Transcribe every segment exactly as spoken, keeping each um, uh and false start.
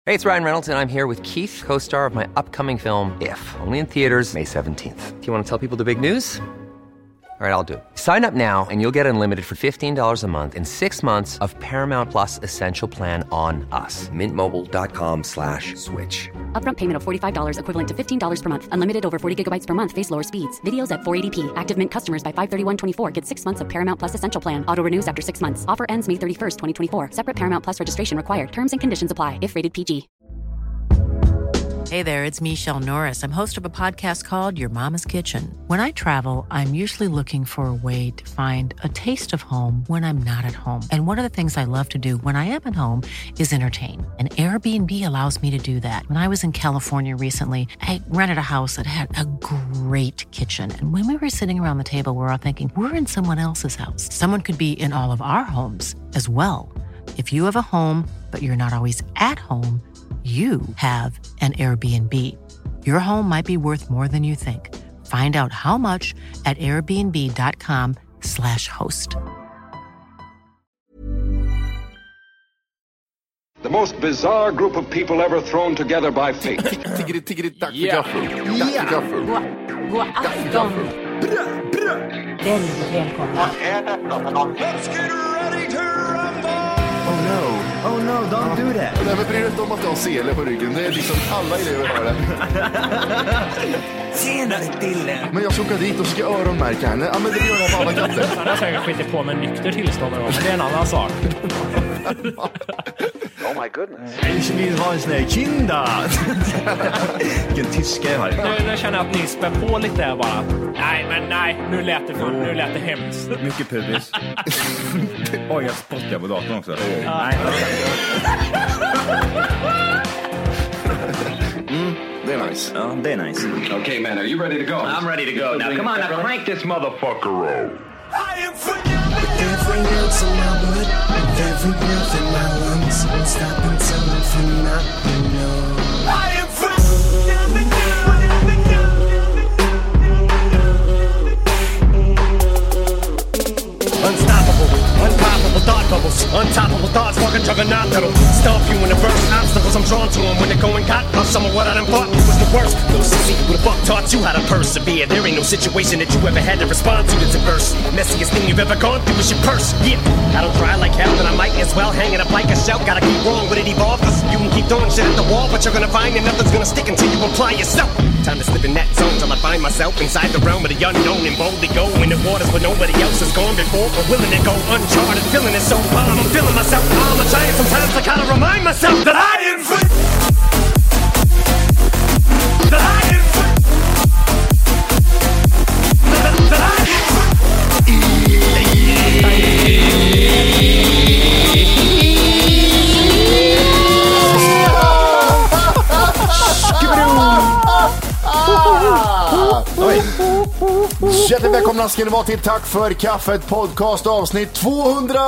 Hey, it's Ryan Reynolds, and I'm here with Keith, co-star of my upcoming film, If, only in theaters May seventeenth. Do you want to tell people the big news? All right, I'll do it. Sign up now and you'll get unlimited for fifteen dollars a month and six months of Paramount Plus Essential Plan on us. Mint Mobile dot com slash switch. Upfront payment of forty-five dollars equivalent to fifteen dollars per month. Unlimited over forty gigabytes per month. Face lower speeds. Videos at four eighty p. Active Mint customers by five thirty-one twenty-four get six months of Paramount Plus Essential Plan. Auto renews after six months. Offer ends May thirty-first, twenty twenty-four. Separate Paramount Plus registration required. Terms and conditions apply if rated P G. Hey there, it's Michelle Norris. I'm host of a podcast called Your Mama's Kitchen. When I travel, I'm usually looking for a way to find a taste of home when I'm not at home. And one of the things I love to do when I am at home is entertain. And Airbnb allows me to do that. When I was in California recently, I rented a house that had a great kitchen. And when we were sitting around the table, we were all thinking, we're in someone else's house. Someone could be in all of our homes as well. If you have a home, but you're not always at home, you have an Airbnb. Your home might be worth more than you think. Find out how much at airbnb.com slash host. The most bizarre group of people ever thrown together by fate. Tiggeri, tiggeri, tack för gaffel. Tack för gaffel. God afton. Väldigt välkomna. Let's get ready to rumble! Oh no. Oh no, don't do that. Nej, men bryr dig inte om att du har sele på ryggen. Det är liksom alla elever har det. Tjenare Dille. Men jag ska åka dit och ska öronmärka henne. Ja, men det gör jag på alla katter. Han har säkert skitit på med nykter tillstånd någon gång, men det är en annan sak. Oh my goodness. Ich vill ha en sån här kinda. Vilken tyska jag har. Nu, nu känner jag att ni spär på lite där bara. Nej, men nej. Nu lät det, för, nu lät det hemskt. Mycket pubis. Oj, jag spottar på datorn också. Nej. Mm, det är nice. Ja, det är nice. Okay, man, are you ready to go? I'm ready to go. Now, come on, now crank this motherfucker up. I am every ounce of my blood, every breath in my lungs, won't stop until I'm phenomenal. I am unstoppable, unpoppable thought bubbles, untoppable thoughts, fucking juggernaut that'll stomp you in the first obstacles I'm drawn to them when they're going hot. Of some of what I done fought was the worst. Little sissy, who the fuck taught you how to persevere? There ain't no situation that you ever had to respond to that's adverse. Messiest thing you've ever gone through is your purse. Yeah, I don't cry like hell, and I might as well hang it up like a shout. Gotta keep wrong with it evolve, cause you can keep throwing shit at the wall, but you're gonna find that nothing's gonna stick until you apply yourself. Time to slip in that zone till I find myself inside the realm of the unknown and boldly go in the waters where nobody else has gone before, or willing to go uncharted, feeling it so calm. I'm feeling myself, I'm a giant. Sometimes I gotta remind myself that I am free. That I am free. That, that I am Hjärtligt välkomna ska ni vara till Tack för kaffet podcast avsnitt tvåhundra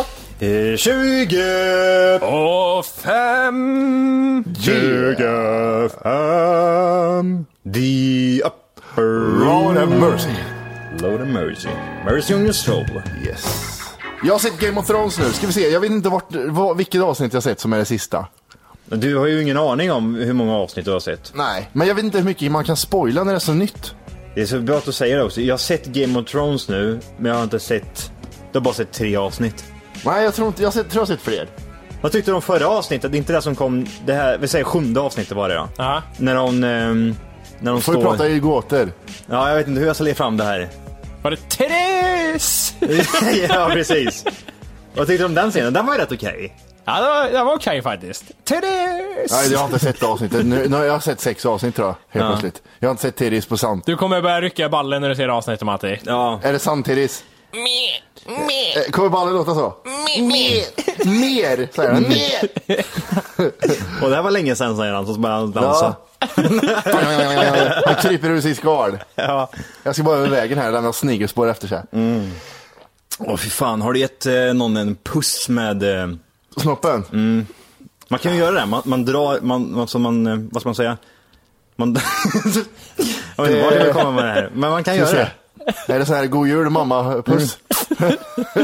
tjugo och fem. tjugo fem. The upper Lord of mercy. Lord of mercy. Mercy on your soul. Yes. Jag har sett Game of Thrones nu. Ska vi se, jag vet inte vart, vad, vilket avsnitt jag sett som är det sista. Du har ju ingen aning om hur många avsnitt du har sett. Nej, men jag vet inte hur mycket man kan spoila när det är så nytt. Det är så bra att du säger det också. Jag har sett Game of Thrones nu, men jag har inte sett... Du har bara sett tre avsnitt. Nej, jag tror inte... Jag har sett, tror jag har sett fler. Vad tyckte du om förra avsnittet? Det är inte det som kom... Det här, vi säger sjunde avsnittet var det då. Ja. När hon... Um, när hon får står... vi prata i gåtor. Ja, jag vet inte hur jag ska lägga fram det här. Var det Therese? Ja, precis. Vad tyckte du om den scenen? Den var ju rätt okej. Okay. Ja, det var, det var okej okay, faktiskt. Therese! Nej, jag har inte sett avsnittet. Nu, nu har jag sett sex avsnitt tror jag, helt ja. plötsligt. Jag har inte sett Therese på sant. Du kommer börja rycka ballen när du ser avsnittet, Matti. Ja. Är det sant, Therese? Mer, mer. Kommer ballen låta så? Mer, mer. Mer, säger han. Mer. Och det här var länge sedan, säger han, så började han dansa. Ja. Han kryper ur sig skard. Ja. Jag ska bara över vägen här, där med snigelspår efter sig. Mm. Åh, fy fan, har du gett eh, någon en puss med... Eh... Snoppen? Mm. Man kan ju göra det, man, man drar, man, alltså man, vad ska man säga? Man... jag vet inte vart jag vill komma med det här, men man kan göra det. Är det så här, god jul mamma, puss? Mm.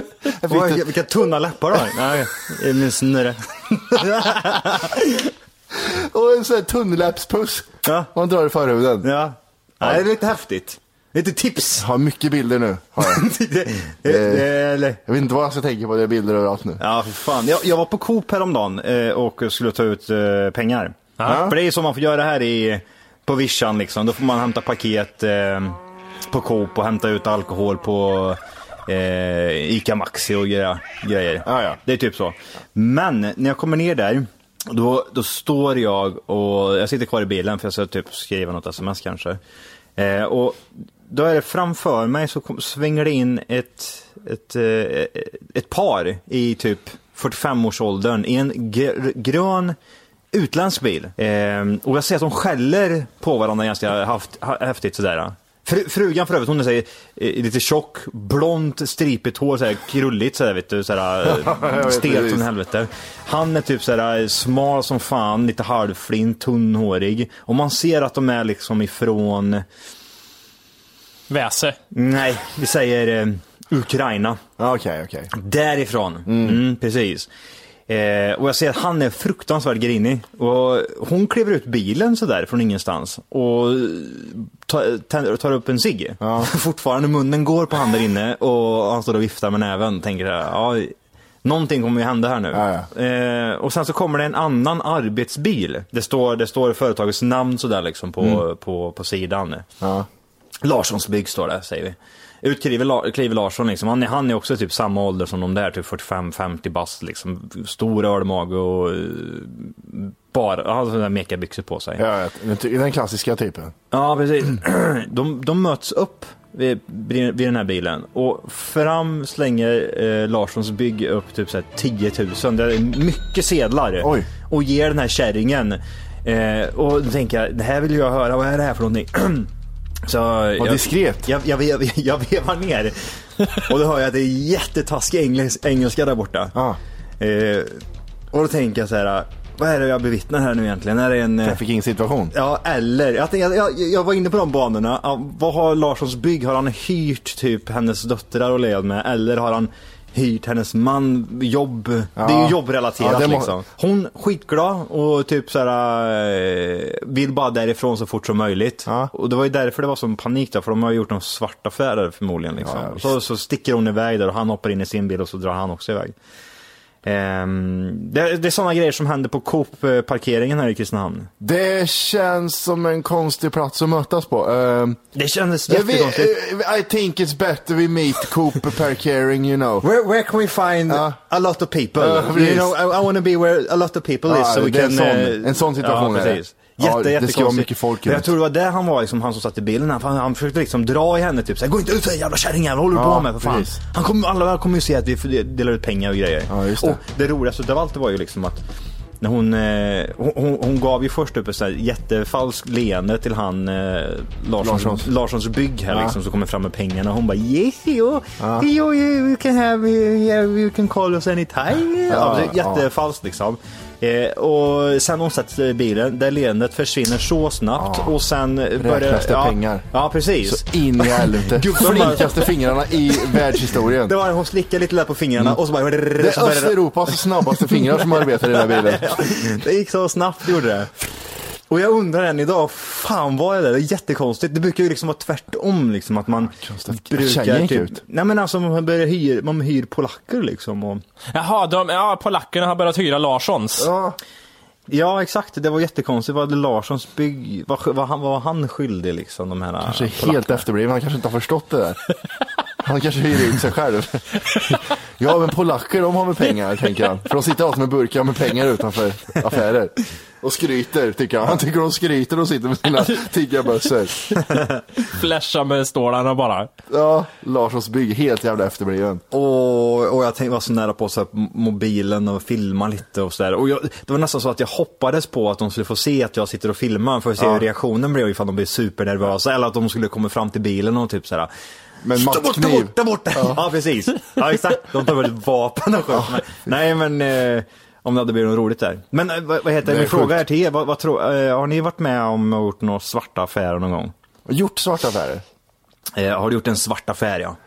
vilka, vilka tunna läppar då? Nej, min snurre. en sån här tunnelläppspuss. Ja. Man drar i förhuden. Ja. Ja, det är lite häftigt. Lite tips. Jag har mycket bilder nu. Har jag. det, det, eller... jag vet inte vad jag ska tänka på, det är bilder överallt nu. Ja, för fan. Jag, jag var på Coop häromdagen eh, och skulle ta ut eh, pengar. Ja. För det är som man får göra här i, på Vischan liksom. Då får man hämta paket eh, på Coop och hämta ut alkohol på eh, Ica Maxi och grejer. grejer. Ja, ja. Det är typ så. Men när jag kommer ner där, då, då står jag och jag sitter kvar i bilen för jag ska typ skriva något sms kanske. Eh, och då är det framför mig så kom, svänger det in ett, ett, ett, ett par i typ fyrtiofem-årsåldern i en gr- grön utländsk bil. Eh, och jag ser att de skäller på varandra ganska haft, häftigt sådär. Fr- frugan för övrigt, hon är såhär, eh, lite tjock, blont, stripigt hår, såhär, krulligt såhär, vet du, såhär, stelt som helvete. Han är typ såhär smal som fan, lite halvflint, tunnhårig. Och man ser att de är liksom ifrån... Väse. Nej, vi säger eh, Ukraina. Okej, okay, okej. Okay. Därifrån, mm. Mm, precis. Eh, och jag ser att han är fruktansvärt grinig. Och hon kliver ut bilen så där från ingenstans och tar, tar upp en cigg. Ja. Fortfarande munnen går på han där inne och han står och viftar med näven. Tänker ja, någonting kommer ju hända här nu. Ja, ja. Eh, och sen så kommer det en annan arbetsbil. Det står, det står företagets namn så där liksom på, mm. på, på sidan. Ja. Larssons bygg står det, säger vi. Utkliver kliver Larsson liksom. Han är, han är också typ samma ålder som de där, typ fyrtiofem femtio bast liksom. Stor ölmage och bara har sådana där mekabyxor på sig. Ja, den klassiska typen. Ja, precis. De, de möts upp vid, vid den här bilen och fram slänger eh, Larssons bygg upp typ så här tio tusen. Det är mycket sedlar. Oj. Och ger den här kärringen. Eh, och då tänker jag, det här vill jag höra. Vad är det här för någonting? Så vad diskret. Jag, jag, jag, jag, jag vevar ner och då hör jag att det är jättetaskig engels, engelska där borta. Ah. Eh, och då tänker jag så här, vad är det jag bevittnar här nu egentligen? Är det en trafficking-situation? Ja, eller jag, jag, jag, jag var inne på de banorna. Ja, vad har Larssons bygg? Har han hyrt typ hennes döttrar och levt med? Eller har han hyrt hennes man jobb? Ja. Det är ju jobbrelaterat ja, må... liksom. Hon skitglad och typ så här vill bara därifrån så fort som möjligt. Ja. Och det var ju därför det var som panik då, för de har gjort någon svart affär förmodligen liksom. Ja, så, så sticker hon iväg där och han hoppar in i sin bil och så drar han också iväg. Um, det, det är sådana grejer som händer på Coop-parkeringen här i Kristinehamn. Det känns som en konstig plats att mötas på. Um, det kändes jättekonstigt. I think it's better we meet Coop-parkering, you know. Where, where can we find uh, a lot of people? Uh, you know, I, I want to be where a lot of people uh, is. So we can, en, sån, uh, en sån situation ja, är det. Jätte, ja, det ska vara mycket folk. Jag tror det var där han var liksom, han som satt i bilen. Han, han försökte liksom dra i henne typ såhär, gå inte ut för jävla kärringar, vad håller du ja, på med för fan? Han kom, alla kommer ju se att vi delar ut pengar och grejer. Ja, just det. Och det roligaste av allt var ju liksom att när hon, eh, hon, hon gav ju först upp ett sånt här jättefalskt leende till han eh, Larssons, Larssons. Larssons bygg här ja. Liksom, som kommer fram med pengarna. Hon bara, yes, you, ja. you, you can have, yeah, you can call us anytime. Ja, ja, jättefalskt liksom. Eh, och sen hon sätter bilen där leendet försvinner så snabbt ja. Och sen börjar ja, pengar. Ja, precis. Så in i helvete. Flinkaste fingrarna i världshistorien. Det var hon slickade lite där på fingrarna mm. och så bara det är Östeuropas snabbaste fingrar som arbetar i den här bilen. Ja, det gick så snabbt gjorde det. Och jag undrar än idag, fan vad är det? Det är jättekonstigt. Det brukar ju liksom vara tvärtom liksom, att man brukar typ, nej men alltså man börjar hyr, man hyr polacker liksom och... Jaha, de, ja, polackerna har börjat hyra Larssons. Ja. Ja, exakt. Det var jättekonstigt. Vad hade Larssons bygg... Vad var, var, var han skyldig liksom, de här kanske helt efterbliven. Han kanske inte har förstått det där. Han kanske hyr ut sig själv. Ja, men polacker, de har med pengar, tänker han. För de sitter alltid med burkar med pengar utanför affärer. Och skryter, tycker han. Han tycker de skryter och sitter med sina tiggarbössor. Flasha med stålarna bara. Ja, Larssons bygg, helt jävla efterbliven. Och, och jag tänkte vara så nära på så här, mobilen och filma lite och sådär. Och jag, det var nästan så att jag hoppades på att de skulle få se att jag sitter och filmar för att se ja. Hur reaktionen blev ifall de blir supernervösa. Eller att de skulle komma fram till bilen och typ sådär. Men där borta, där borta, där borta. Ja. Ja, precis. Ja, exakt. De tar väl vapen och skjuter. Ja. Nej, men... Eh, om det hade blivit något roligt där. Men vad, vad heter det? Min fråga är till er. Vad, vad tro, eh, har ni varit med om att gjort några svarta affärer någon gång? Gjort svarta affärer? Eh, har du gjort en svart affär, ja?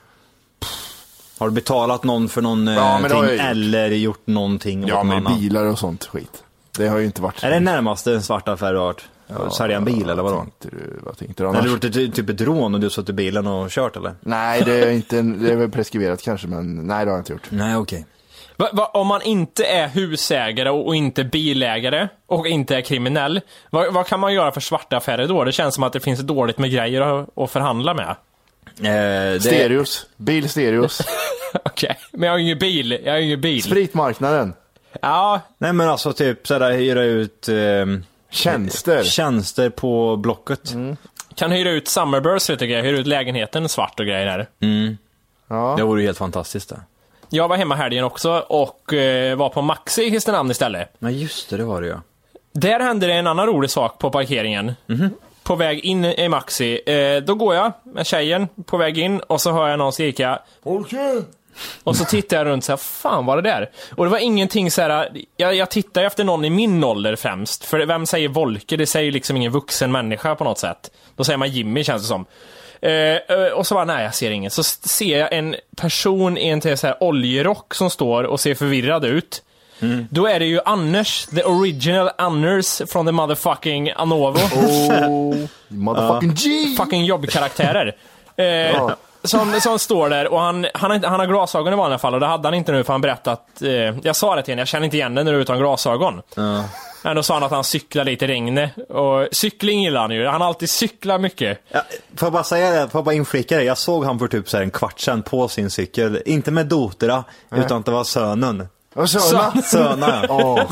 Har du betalat någon för någonting ja, eller gjort någonting? Ja, med någon bilar och sånt skit. Det har ju inte varit. Är det närmaste en svart affär du har varit? Ja, sälja en bil eller vadå? Tänkte du, vad tänkte du annars? Eller har du gjort typ ett rån och du satt i bilen och kört eller? Nej, det är inte, det är väl preskriberat kanske, men nej, det har jag inte gjort. Nej, okej. Okay. Va, va, om man inte är husägare och, och inte bilägare och inte är kriminell, vad, vad kan man göra för svarta affärer då? Det känns som att det finns dåligt med grejer att, att förhandla med. Eh, det... Stereos, bilstereos. Okej, okay. Men jag har ju ingen bil. Jag har ju ingen bil. Spritmarknaden. Ja. Nej, men alltså typ sådär hyra ut eh, tjänster. Tjänster på Blocket. Mm. Kan hyra ut Summerburst lite grejer, hyra ut lägenheten svart och grejer där. Mm. Ja. Det vore ju helt fantastiskt det. Jag var hemma helgen också och eh, var på Maxi i Hästenhamn istället. Men just det, det var det ja. Där hände det en annan rolig sak på parkeringen. Mm-hmm. På väg in i Maxi. Eh, då går jag med tjejen på väg in och så hör jag någon skrika Volke! Och så tittar jag runt så här, fan var det där? Och det var ingenting så här. Jag, jag tittar efter någon i min ålder främst. För vem säger Volke? Det säger liksom ingen vuxen människa på något sätt. Då säger man Jimmy, känns det som. Uh, och så var nej, jag ser inget. Så ser jag en person i en till så här oljerock som står och ser förvirrad ut. Mm. Då är det ju Anders, the original Anders från the motherfucking Anovo. Oh, motherfucking G. Fucking jobbkaraktärer. uh, ja. som, som står där och han, han, har, han har glasögon i vanliga fall. Och det hade han inte nu för han berättade att uh, jag sa det till henne, jag känner inte igen den när du är utan glasögon. Ja. Men då sa han att han cyklar lite i regnet. Och cykling gillar han ju. Han alltid cyklar mycket. Ja, får jag bara säga det, får jag bara inflika det. Jag såg han för typ så här en kvart sedan på sin cykel. Inte med Dotra, mm. utan det var sönen. Och söna? Söna, ja. Oh.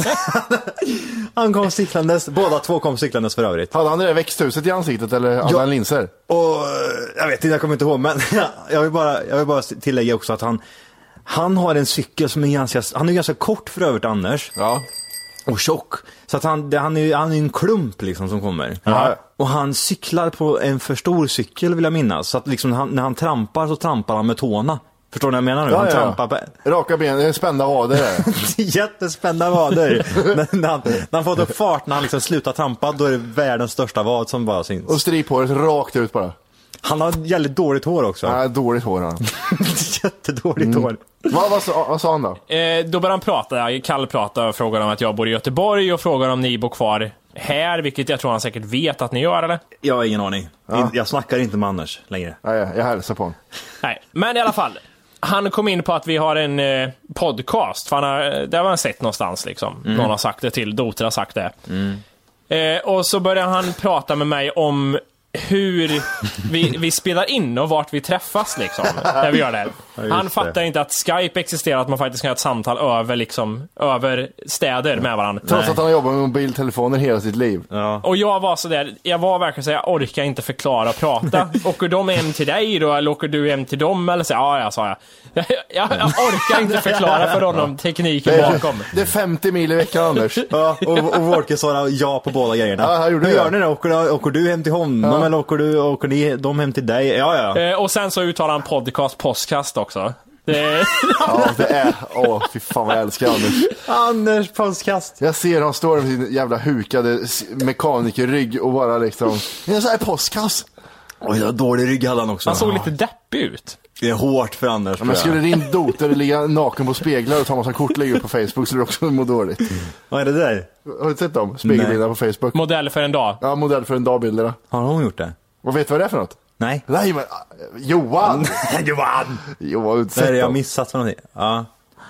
Han kom cyklandes, båda två kom cyklandes för övrigt. Hade han det där växthuset i ansiktet eller hade ja. han linser? Och jag vet inte, jag kommer inte ihåg. Men jag vill bara, jag vill bara tillägga också att han, han har en cykel som är ganska, han är ganska kort för övrigt, Anders. Ja. Och tjock. Så att han, han, är, han är en klump liksom som kommer. Ja. Och han cyklar på en för stor cykel vill jag minnas. Så att liksom när han, när han trampar så trampar han med tårna. Förstår ni vad jag menar nu? Ja, han ja. trampar på... Raka ben, det är spända vader. Jättespända vader. när, han, när han fått upp fart, när han liksom slutar trampa, då är det världens största vad som bara syns. Och stryphåret rakt ut bara. Han har jävligt dåligt hår också. Ja, dåligt hår han. Jättedåligt mm. hår. Vad, vad, sa, vad sa han då? Eh, då började han prata, kallprata och frågade om att jag bor i Göteborg och frågar om ni bor kvar här, vilket jag tror han säkert vet att ni gör, eller? Jag har ingen aning. Ja. Jag snackar inte med Anders längre. Ja, ja, jag hälsar på honom. Nej, men i alla fall. Han kom in på att vi har en eh, podcast, för han har, det har man sett någonstans liksom. Mm. Någon har sagt det till, Dotra har sagt det. Mm. Eh, och så började han prata med mig om hur vi, vi spelar in och vart vi träffas liksom, när vi gör det. Ja, han fattar det. Inte att Skype existerar, att man faktiskt kan ha ett samtal över, liksom, över städer med varandra. Trots Nej. att han har jobbat med mobiltelefoner hela sitt liv. Ja. Och jag var så där, jag var verkligen så jag orkar inte förklara och prata. Åker de hem till dig då, eller åker du hem till dem? Eller så, ja, ja, sa jag. Jag, jag, jag orkar inte förklara för honom tekniken det är, bakom. Det är femtio mil i veckan, Anders. Ja, och och Volke sa ja på båda grejerna. Ja, här gjorde Hur jag. gör ni det? Åker, åker du hem till honom? Ja. Eller åker, du, åker ni de hem till dig? Ja, ja. Eh, och sen så uttalar han podcast, podcast också. Det... ja, det är... Åh, fy fan vad jag älskar Anders. Anders podcast. Jag ser han står med sin jävla hukade mekanikerrygg och bara liksom... Det är en sån här podcast. Oj, jag dålig rygg hade han också. Han såg lite deppig ut. Det är hårt för Anders. Ja, men skulle din doter ligga naken på speglar och ta massa kort lägga upp på Facebook så du också må dåligt. Mm. Vad är det där? Har du sett dem? Spegelbilder på Facebook. Modell för en dag. Ja, modell för en dag-bilderna. Har hon gjort det? Vad vet du vad det är för något? Nej. Nej, men... Johan! Johan! Johan, det är jag missat för någonting. Ja.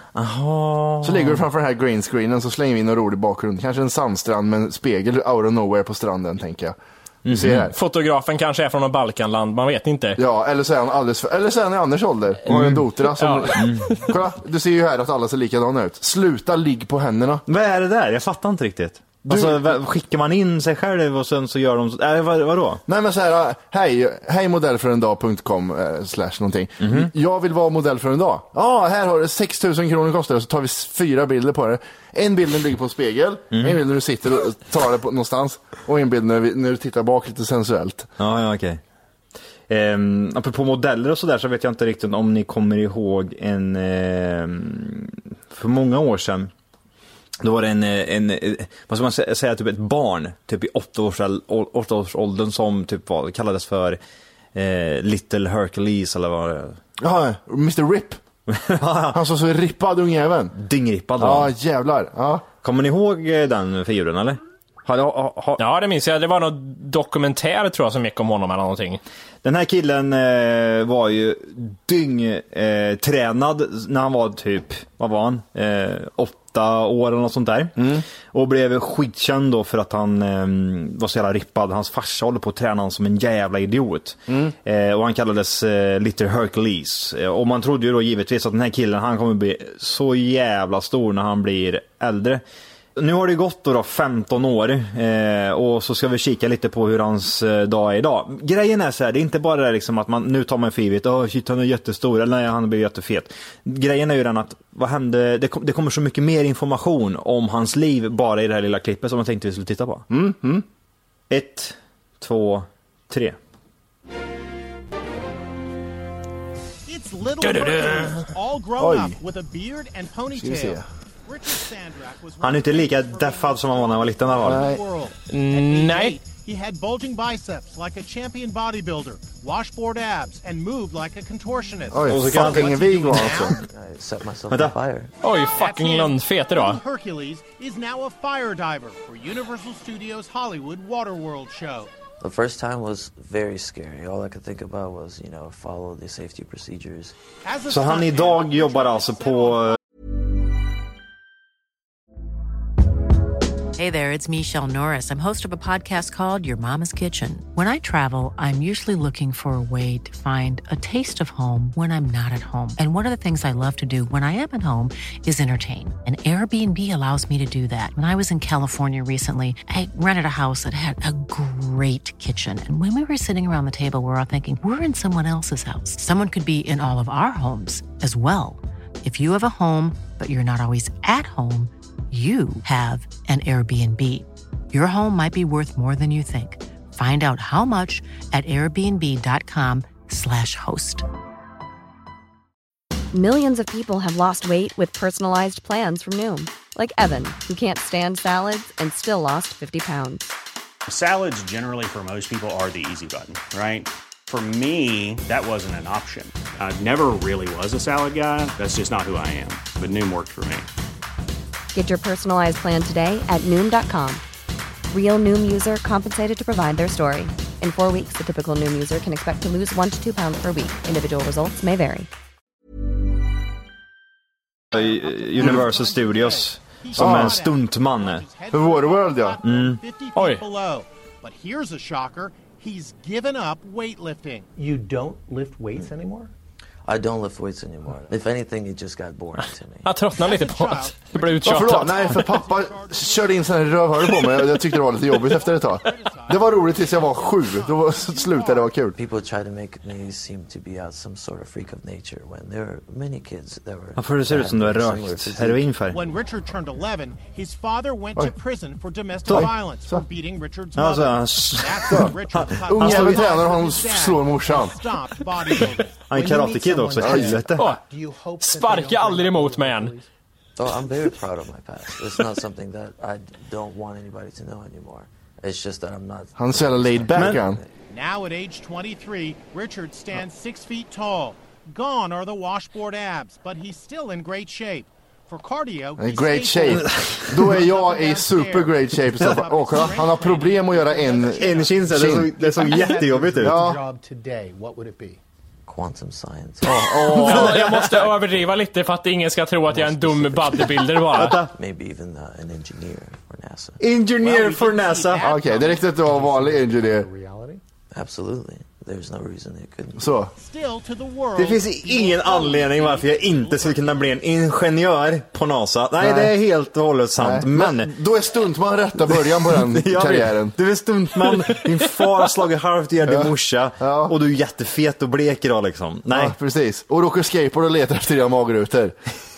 Aha. Så ligger du framför den här green screenen så slänger vi in en rolig bakgrund. Kanske en sandstrand med en spegel out of nowhere på stranden, tänker jag. Du ser här. Fotografen kanske är från någon Balkanland, man vet inte. Ja, eller så är han alldeles för, eller så är han i Anders ålder och har en dotra som... Ja. Mm. Kolla, du ser ju här att alla ser likadana ut. Sluta ligg på händerna. Vad är det där? Jag fattar inte riktigt. Du... Alltså, skickar man in sig själv och sen så gör de... Äh, vad, vadå? Nej, men så här, hej, hej modell för en dag punkt com eh, slash någonting. Mm-hmm. Jag vill vara modell för en dag. Ja, ah, här har det sex tusen kronor kostar det, så tar vi fyra bilder på det. En bild ligger på en spegel, mm. en bild när du sitter och tar det på någonstans, och en bild när, vi, när du tittar bak lite sensuellt. Ja, ja, okej. Okay. Um, apropå modeller och sådär så vet jag inte riktigt om ni kommer ihåg en... Um, för många år sedan då var det en, en, vad ska man säga, typ ett barn typ i åtta års, åtta års åldern som typ var, kallades för eh, Little Hercules eller vad det. Ja, mister Rip. Han såg så rippad ungjäveln. Dyngrippad. Ja, jävlar. Ja. Kommer ni ihåg den figuren eller? Har, har, har... Ja, det minns jag. Det var någon dokumentär tror jag som gick om honom eller någonting. Den här killen eh, var ju dyng eh, tränad när han var typ, vad var han? Eh, åtta år eller något sånt där. Mm. Och blev skitkänd då för att han eh, var så jävla rippad. Hans farsa håller på att träna honom som en jävla idiot. Mm. Eh, och han kallades eh, Little Hercules. Eh, och man trodde ju då givetvis att den här killen, han kommer bli så jävla stor när han blir äldre. Nu har det gått då, då femton år eh, och så ska vi kika lite på hur hans eh, dag är idag. Grejen är så här, det är inte bara det liksom att man nu tar man för givet, åh oh, shit han är jättestor eller nej han blir jättefet. Grejen är ju den att vad hände, det, kom, det kommer så mycket mer information om hans liv bara i det här lilla klippet som man tänkte vi skulle titta på. Mm, mm. Ett, två, tre. It's little Hercules, all grown up with a beard and ponytail. Han är inte lika deffad som han var när han var liten. Nej. Nej. He had bulging biceps like a champion bodybuilder, washboard abs, and moved like a contortionist. Oj, fucking vig var alltså. Oj, fucking lundfet idag. Hercules is now a fire diver for Universal Studios Hollywood Waterworld show. The first time was very scary. All I could think about was, you know, follow the safety procedures. Så han idag jobbar alltså på... Hey there, it's Michelle Norris. I'm host of a podcast called Your Mama's Kitchen. When I travel, I'm usually looking for a way to find a taste of home when I'm not at home. And one of the things I love to do when I am at home is entertain. And Airbnb allows me to do that. When I was in California recently, I rented a house that had a great kitchen. And when we were sitting around the table, we were all thinking, we're in someone else's house. Someone could be in all of our homes as well. If you have a home, but you're not always at home, you have an Airbnb. Your home might be worth more than you think. Find out how much at airbnb.com slash host. Millions of people have lost weight with personalized plans from Noom. Like Evan, who can't stand salads and still lost fifty pounds. Salads generally for most people are the easy button, right? For me, that wasn't an option. I never really was a salad guy. That's just not who I am. But Noom worked for me. Get your personalized plan today at Noom dot com. Real Noom user compensated to provide their story. In four weeks, the typical Noom user can expect to lose one to two pounds per week. Individual results may vary. Universal Studios som en stuntman. För Waterworld, ja. Mm. Oj. But here's a shocker. He's given up weightlifting. You don't lift weights anymore? I don't lift weights anymore. If anything, it just got boring to me. Jag tröttnade lite på att det blev Varför då? uttjatad. Nej, för pappa körde in sån här rövhörde på mig och jag tyckte det var lite jobbigt efter ett tag. Det var roligt tills jag var sju. Då slutade det vara kul. People try to make me seem to be out some sort of freak of nature when there are many kids that were... Varför det ser ut som du har rökt heroin för? When Richard turned eleven, his father went to prison for domestic violence for beating Richard's mother. Alltså, ungjäveln tränar och han slår morsan. Han är Karate Kid också, helvete. Oh, sparka aldrig emot mig än. Oh, I'm very proud of my past. It's not something that I don't want anybody to know anymore. It's just that I'm not... Han är så jävla laid back, han. Now at age twenty-three, Richard stands six feet tall. Gone are the washboard abs, but he's still in great shape. For cardio, he's great shape. Då är jag i super great shape. Så, oh, han har problem att göra en... En kind, det såg, det såg jättejobbigt ut. Ja. Job today, what would it be? Quantum science. Oh, oh. Ja, jag måste överdriva lite för att ingen ska tro att jag är en dum bodybuilder bara. Maybe even uh, an engineer for NASA. Engineer for NASA. Okej, okay, det är riktigt att vara vanlig engineer. Absolutely. There's no reason it couldn't. Så. Det finns ingen anledning varför jag inte skulle kunna bli en ingenjör på NASA. Nej, Nej. det är helt och hållet sant. Men... Men då är stuntman rätta början på den karriären. Du är stuntman, din far har slagit halvt ihjäl din morsa ja. Och du är jättefet och blek idag liksom. Nej, ja, precis. Och råkar skateboard och letar efter dina magrutor.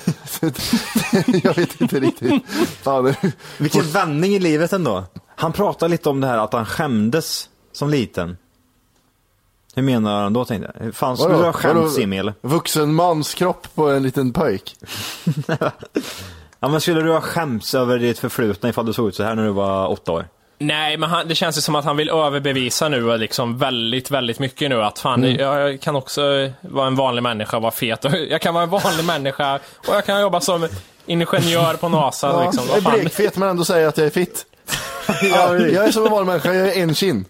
Jag vet inte riktigt. Fan. Vilken vändning i livet ändå. Han pratar lite om det här att han skämdes som liten. Hur menar han då, tänkte jag? Fan, skulle du ha skämts, Emil? Vuxen mans kropp på en liten pojk. Ja, men skulle du ha skämts över ditt förflutna ifall du såg ut så här när du var åtta år? Nej, men han, det känns ju som att han vill överbevisa nu liksom väldigt, väldigt mycket nu. Att fan, mm. jag kan också vara en vanlig människa och vara fet. Jag kan vara en vanlig människa och jag kan jobba som Ingenjör på NASA Ja, liksom. jag är blekfet men ändå säger att jag är fit. Ja, jag är som en vanlig människa, jag är en kind.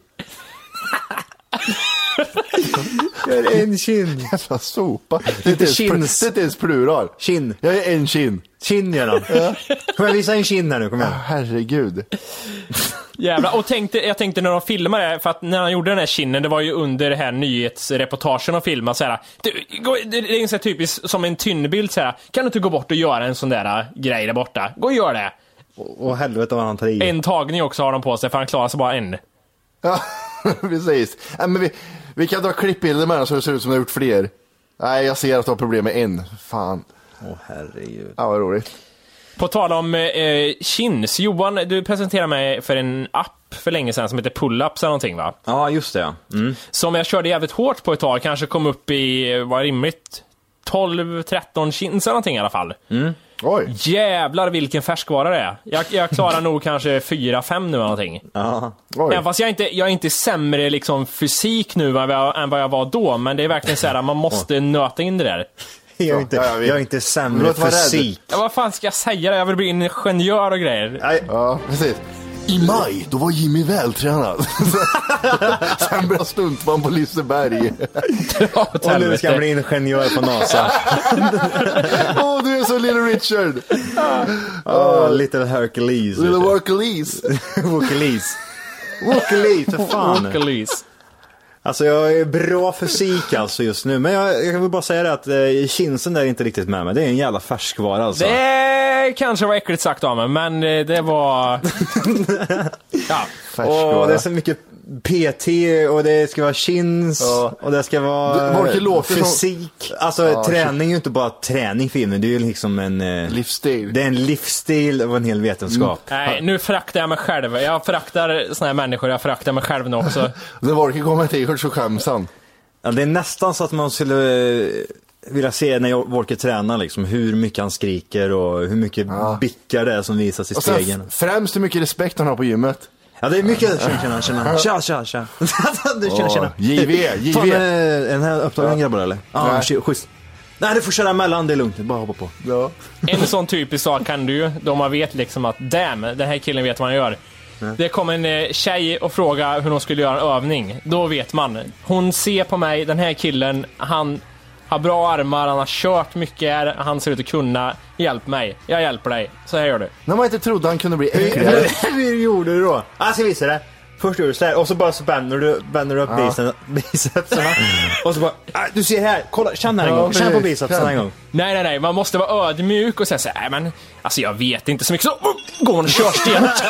Jag är en kind. Jävla sopa. Det är inte ens, Kins. det är inte ens plural. Kind. Jag är en kind. Kind gör han. Ja. Kom jag visa en kind här nu, kom igen. Oh, herregud. Jävla. Och tänkte, jag tänkte när de filmade det, för att när han gjorde den här kinden, det var ju under det här nyhetsreportagen och filma så här. Du, gå, det är en så här typiskt som en tynnbild så här. Kan du inte gå bort och göra en sån där grej där borta? Gå och gör det. Och, och helvete vad han tar i. En tagning också har de på sig, för han klarar sig bara en. Ja, precis. Ja, men vi, vi kan dra klippbilder med den så det ser ut som det har gjort fler. Nej, jag ser att du har problem med en. Fan. Åh, oh, herregud. Ja, vad roligt. På tal om eh, chins, Johan, du presenterade mig för en app för länge sedan som heter Pull-Ups eller någonting, va? Ja, just det. Mm. Som jag körde jävligt hårt på ett tag, kanske kom upp i, vad rimligt, tolv tretton chins eller någonting i alla fall. Mm. Oj. Jävlar vilken färskvara det är. Jag, jag klarar nog kanske fyra fem nu eller någonting. Ja. Även fast jag inte, jag är inte sämre liksom fysik nu än vad, jag, än vad jag var då, men det är verkligen så här att man måste nöta in det där. Jag är inte, Ja, jag jag är inte sämre fysik. Ja, vad fan ska jag säga? Jag vill bli ingenjör och grejer. Nej. Ja, precis. I maj, då var Jimmy vältränad. Sen började stuntman på Liseberg. Och nu ska jag bli ingenjör på NASA. Åh, oh, du är så Little Richard. Åh, oh, Little Hercules. Little Hercules. Hercules. Hercules, för fan. Hercules. Alltså jag är bra fysik alltså just nu. Men jag, jag vill bara säga det att eh, kinsen där är inte riktigt med mig. Det är en jävla färskvara alltså. Det kanske var äckligt sagt av mig, men det var... ja. Och det är så mycket P T och det ska vara chins ja. Och det ska vara det, fysik. Som... Alltså ja, träning är ju inte bara träning filmen, det är ju liksom en eh, livsstil. Det är en livsstil och en hel vetenskap. Mm. Nej, nu föraktar jag mig själv. Jag föraktar såna här människor, jag föraktar mig själv nu också. Det var inte komma till så skäms han. Ja, det är nästan så att man skulle vilja se när jag Volker tränar liksom, hur mycket han skriker och hur mycket ja. bickar det är som visas i och spegeln. Sen, främst hur mycket respekt han har på gymmet. Ja, det är mycket tjena, tjena, tja, tja, tja. Du känner, tjena. J V, J V. Fan, är den här upptagen grabbar eller? Ja, ah, schysst. Nej, du får köra emellan, det är lugnt, bara hoppa på. Ja. En sån typisk sak kan du ju, då man vet liksom att damn, den här killen vet vad han gör. Mm. Det kommer en tjej och fråga hur hon skulle göra en övning. Då vet man. Hon ser på mig, den här killen, han har bra armar, han har kört mycket, han ser ut att kunna. Hjälp mig, jag hjälper dig. Så här gör du. När man inte trodde han kunde bli äckligare. Hur gjorde du då? Jag ska visa det. Först gör du så här, och så bara så bänder du, bänder du upp ja. bicepsarna. Och så bara, du ser här, kolla, känn här en gång. Känn på bicepsarna en gång. Nej, nej, nej, man måste vara ödmjuk och säga så här, nej men, alltså jag vet inte så mycket, så uh, går man och kör stenat.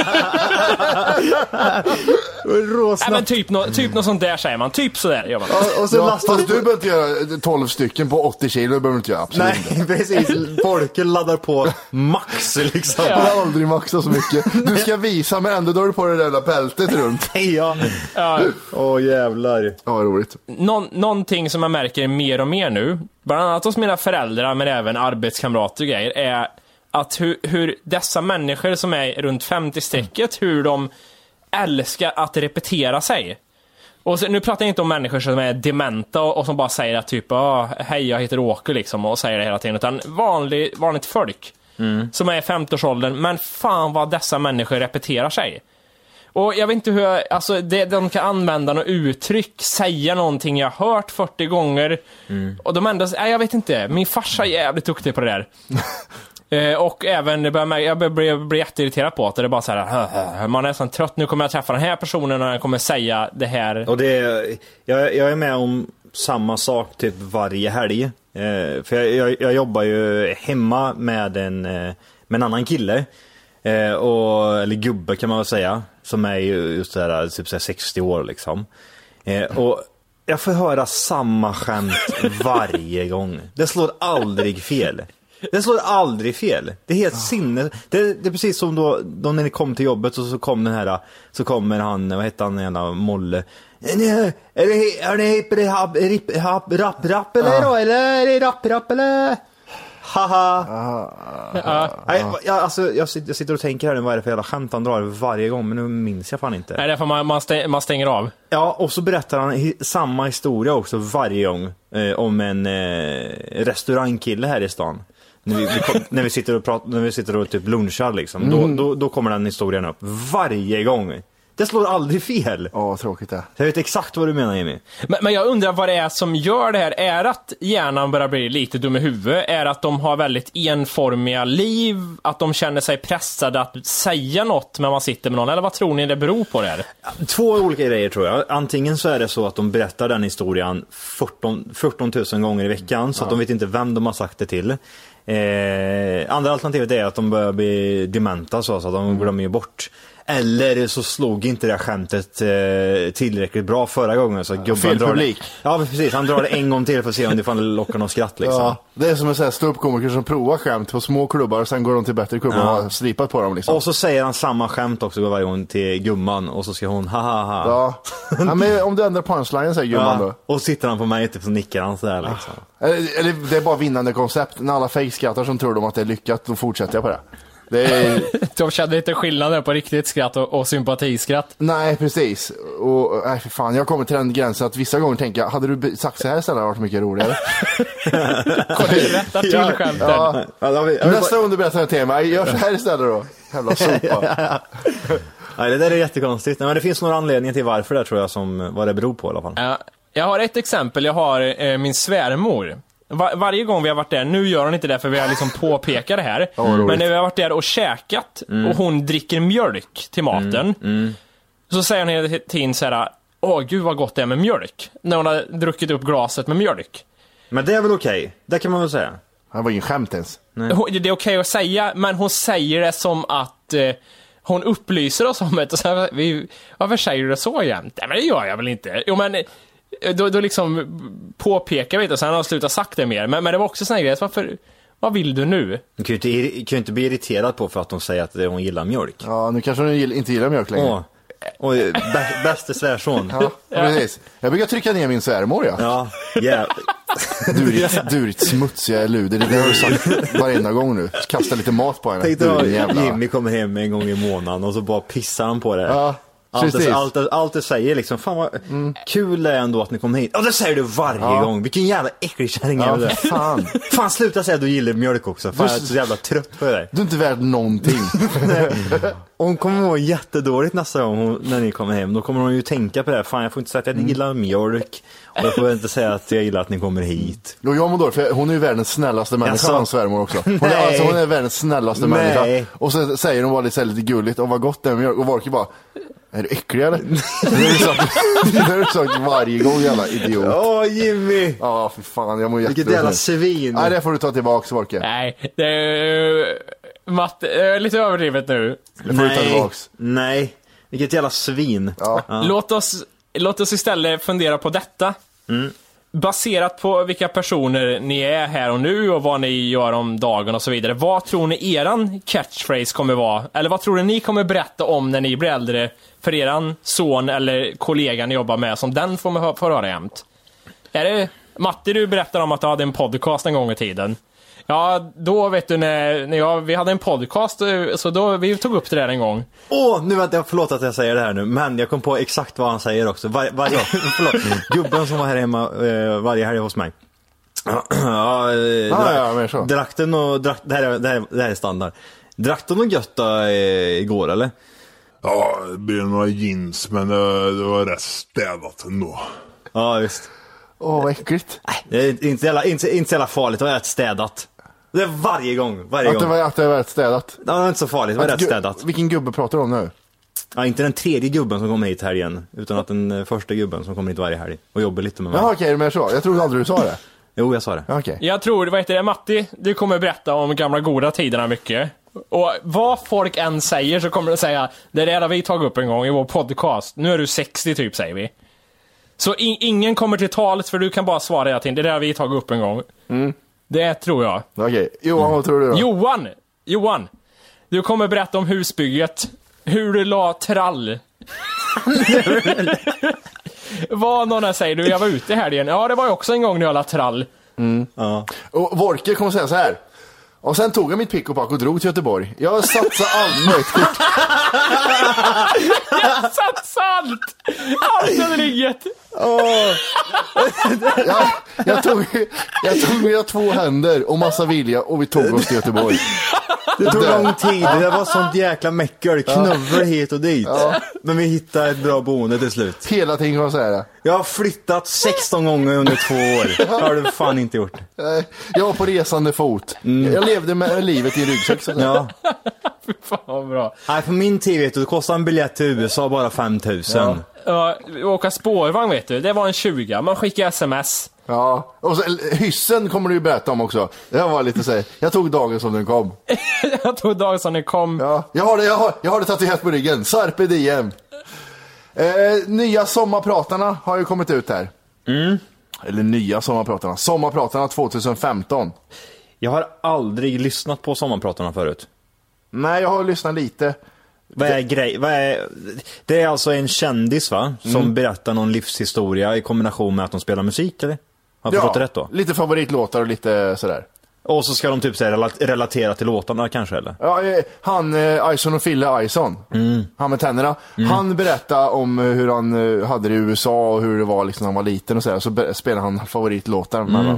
Nej men typ, no, typ något sånt där säger man, typ sådär gör man. Och, och så ja, lastar du behöver inte göra tolv stycken på åttio kilo, det behöver inte göra, absolut nej, inte. Precis, folk laddar på max liksom. Jag har aldrig maxat så mycket. Du ska visa, men ändå drar du på det där bältet runt. Ja. Ja. Åh jävlar. Ja, roligt. Nå- någonting som jag märker mer och mer nu, bland annat hos mina föräldrar men även arbetskamrater och grejer, är att hur, hur dessa människor som är runt femtio-strecket, hur de älskar att repetera sig. Och så, nu pratar jag inte om människor som är dementa och, och som bara säger att typ, ah, hej jag heter Åker liksom, och säger det hela tiden, utan vanlig, vanligt folk mm. som är femtio-årsåldern, men fan vad dessa människor repeterar sig. Och jag vet inte hur, alltså det, de kan använda något uttryck, säga någonting jag har hört fyrtio gånger mm. och de ändå, nej jag vet inte, min farsa är jävligt duktig på det där. eh, och även, det börjar, jag börjar bli, bli jätteirriterad på att det är bara så här, man är nästan trött, nu kommer jag träffa den här personen och den kommer säga det här. Och det är, jag, jag är med om samma sak typ varje helg. Eh, för jag, jag, jag jobbar ju hemma med en, eh, med en annan kille. Eh, och, eller gubbe kan man väl säga, som är ju just där, typ så här sextio år liksom. Eh, och jag får höra samma skämt varje gång. Det slår aldrig fel. Det slår aldrig fel. Det är helt sinne. Det, det är precis som då, då när ni kom till jobbet och så kom den här, så kommer han, vad heter han, en av Molle. Är det, är det hipp, rapp, rapp, rapp, rapp eller då? Eller är det rapp, rapp eller? Haha. Ja. Nej, jag, alltså, jag, jag sitter och tänker här nu, vad är det för jävla skämt han drar varje gång, men nu minns jag fan inte. Nej, det är för man, man, stäng, man stänger av. Ja, och så berättar han hi, samma historia också varje gång eh, om en eh, restaurangkille här i stan. När vi, vi kom, när vi sitter och pratar, när vi sitter och typ lunchar liksom, mm. då, då, då kommer den historien upp varje gång. Det slår aldrig fel. Ja, tråkigt det. Jag vet exakt vad du menar, Jimmy. Men, men jag undrar vad det är som gör det här. Är att hjärnan börjar bli lite dum i huvudet? Är att de har väldigt enformiga liv? Att de känner sig pressade att säga något när man sitter med någon? Eller vad tror ni det beror på det här? Två olika grejer tror jag. Antingen så är det så att de berättar den historien fjorton tusen gånger i veckan, så ja. att de vet inte vem de har sagt det till. Eh, andra alternativet är att de börjar bli dementa, så, så att de glömmer ju bort. Eller så slog inte det här skämtet eh, tillräckligt bra förra gången, så gubben fel drar publik. Det. Ja, precis. Han drar det en gång till för att se om det fan lockar någon skratt liksom. Ja, det är som en sån här ståuppkomiker som provar skämt på små klubbar och sen går de till bättre klubbar ja. och har slipat på dem liksom. Och så säger han samma skämt också varje gång till gumman, och så ska hon ha ha ha. Ja. Ja, men om du ändrar punchline, säger gumman ja. då. Och sitter han på mig typ så nickar han så här liksom. Eller, eller det är bara vinnande koncept. När alla fejkskrattar som tror de att det är lyckat, då fortsätter jag på det. Det är... De kände inte skillnaden på riktigt skratt och, och sympatiskratt. Nej, precis. Och nej, för fan, jag kommer till den gränsen att vissa gånger tänker jag, hade du sagt så här istället hade det varit mycket roligare. Rätta till ja, skämten. Ja. Ja, nästa gång du berättar det till mig, gör så här istället då. Jävla sopa. Nej, det där är jättekonstigt. Men det finns några anledningar till varför det tror jag, som vad det beror på i alla fall. Ja, jag har ett exempel. Jag har eh, min svärmor. Var, varje gång vi har varit där, nu gör hon inte det för vi har liksom påpekat det här, mm. men när vi har varit där och käkat mm. och hon dricker mjölk till maten mm. Mm. så säger hon hela tiden så här: åh gud vad gott det är med mjölk, när hon har druckit upp glaset med mjölk. Men det är väl okej, okay. Det kan man väl säga. Det var ingen skämt ens. Nej. Det är okej okay att säga, men hon säger det som att eh, hon upplyser oss om det och så här, vi, varför säger du det så jämt? Nej men det gör jag väl inte. Jo men Då, då liksom påpekar vi inte, och sen har han slutat sagt det mer. Men, men det var också sån här grej, varför, vad vill du nu? Du kan ju inte, kan ju inte bli irriterad på för att de säger att hon gillar mjölk. Ja, nu kanske hon inte gillar mjölk längre. Åh, och bä, bästa svärson. Ja, precis. Jag brukar trycka ner min svärmor, ja. Ja, yeah. Durigt, durigt smutsiga luder. Det har du sagt varenda gång nu. Kasta lite mat på henne. Tänk då, Jimmy kommer hem en gång i månaden och så bara pissar han på det. Ja. Allt det, allt, det, allt det säger liksom, fan vad mm. kul det är ändå att ni kommer hit. Ja, det säger du varje ja. gång. Vilken jävla äcklig kärring är det. Fan. Fan, sluta säga att du gillar mjölk också. Fan, jag är så jävla trött på dig. Du är inte värd någonting. Hon kommer vara jättedåligt nästa gång hon, när ni kommer hem. Då kommer hon ju tänka på det här. Fan, jag får inte säga att jag mm. gillar mjölk. Och jag får inte säga att jag gillar att ni kommer hit. Jo, jag mår dåligt, för hon är ju världens snällaste människa, hans svärmor också. Hon är, alltså, hon är världens snällaste Nej. människa. Och så säger hon bara lite, lite gulligt, och vad gott det är med mjölk. Och Volker bara, är du äcklig eller? Det har du sagt, det har du sagt varje gång, jävla idiot. Åh, oh, Jimmy! Ja, för fan, jag mår jättebra. Vilket jävla svin. Nej, det får du ta tillbaka, Volker. Nej, det är Matt, lite överdrivet nu. Det får Nej. du ta tillbaka. Nej, vilket jävla svin. Ja. Ja. Låt oss, låt oss istället fundera på detta. Mm. Baserat på vilka personer ni är här och nu och vad ni gör om dagen och så vidare. Vad tror ni eran catchphrase kommer vara? Eller vad tror ni ni kommer berätta om när ni blir äldre för eran son eller kollega ni jobbar med, som den får, får höra jämt? Är det Matti, du berättar om att du hade en podcast en gång i tiden? Ja, då vet du när, när jag, vi hade en podcast, så då vi tog upp det där en gång. Åh, nu vänta, jag förlåt att jag säger det här nu, men jag kom på exakt vad han säger också. Var, varje, förlåt, gubben som var här hemma eh, varje helg hos mig. Ja, eh, ah, ja, men så. Drakten och drak, det, här är, det, här, det här är standard. Drakten och götta eh, igår, eller? Ja, det blev några jeans, men det, det var rätt städat ändå. Ja, visst. Åh, vad äckligt. Nej, inte så jävla, inte, inte så jävla farligt, det var rätt städat. Det är varje gång, varje att gång. Det var, att det var rätt städat. Det var inte så farligt, det var att rätt städat. Vilken gubbe pratar du om nu? Ja, inte den tredje gubben som kommer hit här igen, utan att den första gubben som kommer hit varje helg och jobbar lite med mig. Ja, okej, okay, men så. Jag trodde aldrig du sa det. Jo, jag sa det. Ja, okay. Jag tror, vad heter det, Matti, du kommer berätta om gamla goda tiderna mycket. Och vad folk än säger så kommer de säga, det där har vi tagit upp en gång i vår podcast. Nu är du sextio typ, säger vi. Så in, ingen kommer till talet, för du kan bara svara hela tiden. Det där har vi tagit upp en gång. Mm. Det tror jag. Okej, okay. Johan, vad tror du då? Johan, Johan, du kommer berätta om husbygget. Hur du la trall. Vad någon här säger, du, jag var ute här igen. Ja, det var ju också en gång när jag la trall. Mm. Ja. Och Volker kommer säga så här. Och sen tog jag mitt pick och pack och drog till Göteborg. Jag satsade allt möjligt. Jag satsade allt! Allt eller inget. Jätte... Åh. jag, jag, tog, jag tog mina två händer och massa vilja och vi tog oss till Göteborg. Det tog lång tid, det var sånt jäkla mäckel, knubbel hit och dit. Ja. Men vi hittade ett bra boende till slut. Hela tiden kan jag säga det. Jag har flyttat sexton gånger under två år. Det har du fan inte gjort. Jag var på resande fot. Mm. Jag levde med livet i ryggsäck. Ja. Fan vad bra. Nej, på min tid vet du, det kostade en biljett till U S A bara fem tusen. Ja, ja, åka spårvagn vet du, det var en tjugo. Man skickar sms. Ja, och så, hyssen kommer du ju berätta om också. Det var lite så här, jag tog dagen som den kom. Jag tog dagen som den kom. Ja, jag har det, jag har, jag har det tatuerat på ryggen. Sarpe Diem. Eh, nya sommarpratarna har ju kommit ut här. Mm. Eller nya sommarpratarna. Sommarpratarna tjugohundrafemton. Jag har aldrig lyssnat på sommarpratarna förut. Nej, jag har lyssnat lite. Vad är grej? Vad är... Det är alltså en kändis va? Som mm. berättar någon livshistoria i kombination med att de spelar musik, eller? Har jag förstått ja, rätt då? Lite favoritlåtar och lite sådär. Och så ska de typ säga relatera till låtarna kanske, eller? Ja, han, Ison och Fille Ison, mm. han med tänderna, mm. han berättade om hur han hade det i U S A och hur det var liksom när han var liten och sådär. Så spelade han favoritlåtar.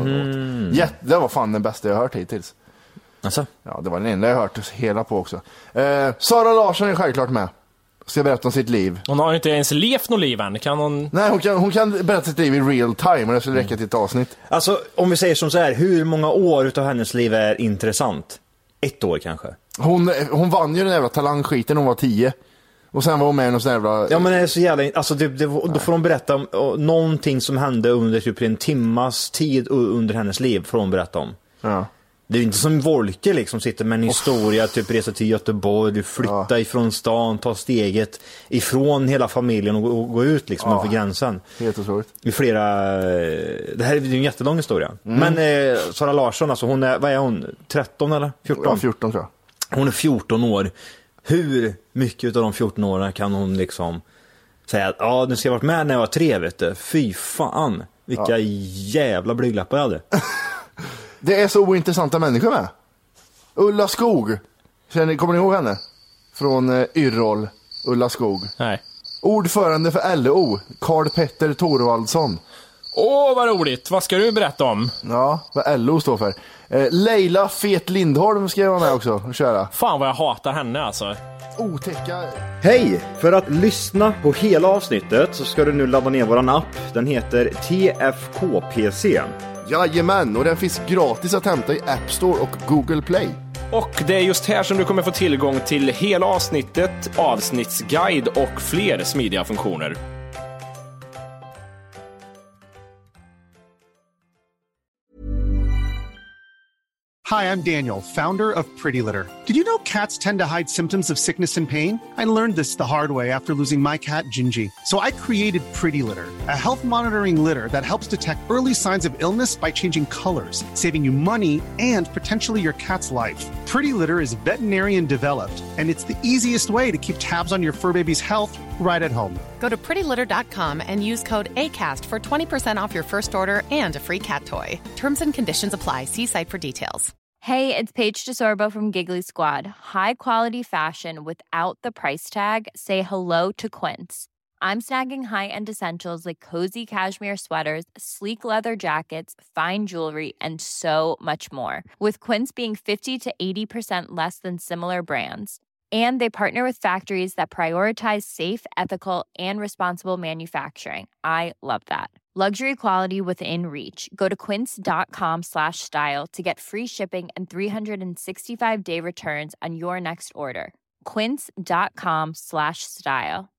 Mm. Jätte, det var fan den bästa jag hört hittills. Alltså? Ja, det var den enda jag hört hela på också. Eh, Sara Larsson är självklart med. Ska berätta om sitt liv. Hon har ju inte ens levt något liv än. Kan hon... Nej, hon kan, hon kan berätta sitt liv i real time och det skulle räcka till ett avsnitt. Alltså, om vi säger som så här, hur många år utav hennes liv är intressant? Ett år kanske? Hon, hon vann ju den jävla talangskiten när hon var tio. Och sen var hon med i någon sån jävla... Ja, men det är så jävla... Alltså, det, det, då får hon berätta om och, någonting som hände under typ en timmas tid under hennes liv. Får hon berätta om. Ja. Det är ju inte som Volke liksom sitter med en historia, oh. typ resa till Göteborg, du flyttar ja. ifrån stan, ta steget ifrån hela familjen och gå, och gå ut liksom ja. över gränsen. Helt otroligt. I flera... Det här är ju en jättelång historia. Mm. Men eh, Sara Larsson, alltså hon är, vad är hon? tretton eller fjorton? Ja, fjorton tror jag. Hon är fjorton år. Hur mycket av de fjorton åren kan hon liksom säga att ja, nu ska jag varit med när jag var tre, vet du. Fy fan, vilka ja. jävla blyglappar jag hade. Det är så ointressanta människor med. Ulla Skog. Kommer ni ihåg henne? Från uh, Yrrol. Ulla Skog. Nej. Ordförande för L O. Karl Petter Thorvaldsson. Åh, vad roligt. Vad ska du berätta om? Ja, vad L O står för. Uh, Leila Fet Lindholm ska jag vara med också och köra. Fan vad jag hatar henne alltså. Otäcka. Hej! För att lyssna på hela avsnittet så ska du nu ladda ner våran app. Den heter T F K P C. Jajamän, och den finns gratis att hämta i App Store och Google Play. Och det är just här som du kommer få tillgång till hela avsnittet, avsnittsguide och fler smidiga funktioner. Hi, I'm Daniel, founder of Pretty Litter. Did you know cats tend to hide symptoms of sickness and pain? I learned this the hard way after losing my cat, Gingy. So I created Pretty Litter, a health monitoring litter that helps detect early signs of illness by changing colors, saving you money and potentially your cat's life. Pretty Litter is veterinarian developed, and it's the easiest way to keep tabs on your fur baby's health right at home. Go to pretty litter dot com and use code ACAST for twenty percent off your first order and a free cat toy. Terms and conditions apply. See site for details. Hey, it's Paige DeSorbo from Giggly Squad. High quality fashion without the price tag. Say hello to Quince. I'm snagging high-end essentials like cozy cashmere sweaters, sleek leather jackets, fine jewelry, and so much more. With Quince being fifty to eighty percent less than similar brands. And they partner with factories that prioritize safe, ethical, and responsible manufacturing. I love that. Luxury quality within reach. Go to quince.com slash style to get free shipping and three sixty-five day returns on your next order. Quince.com slash style.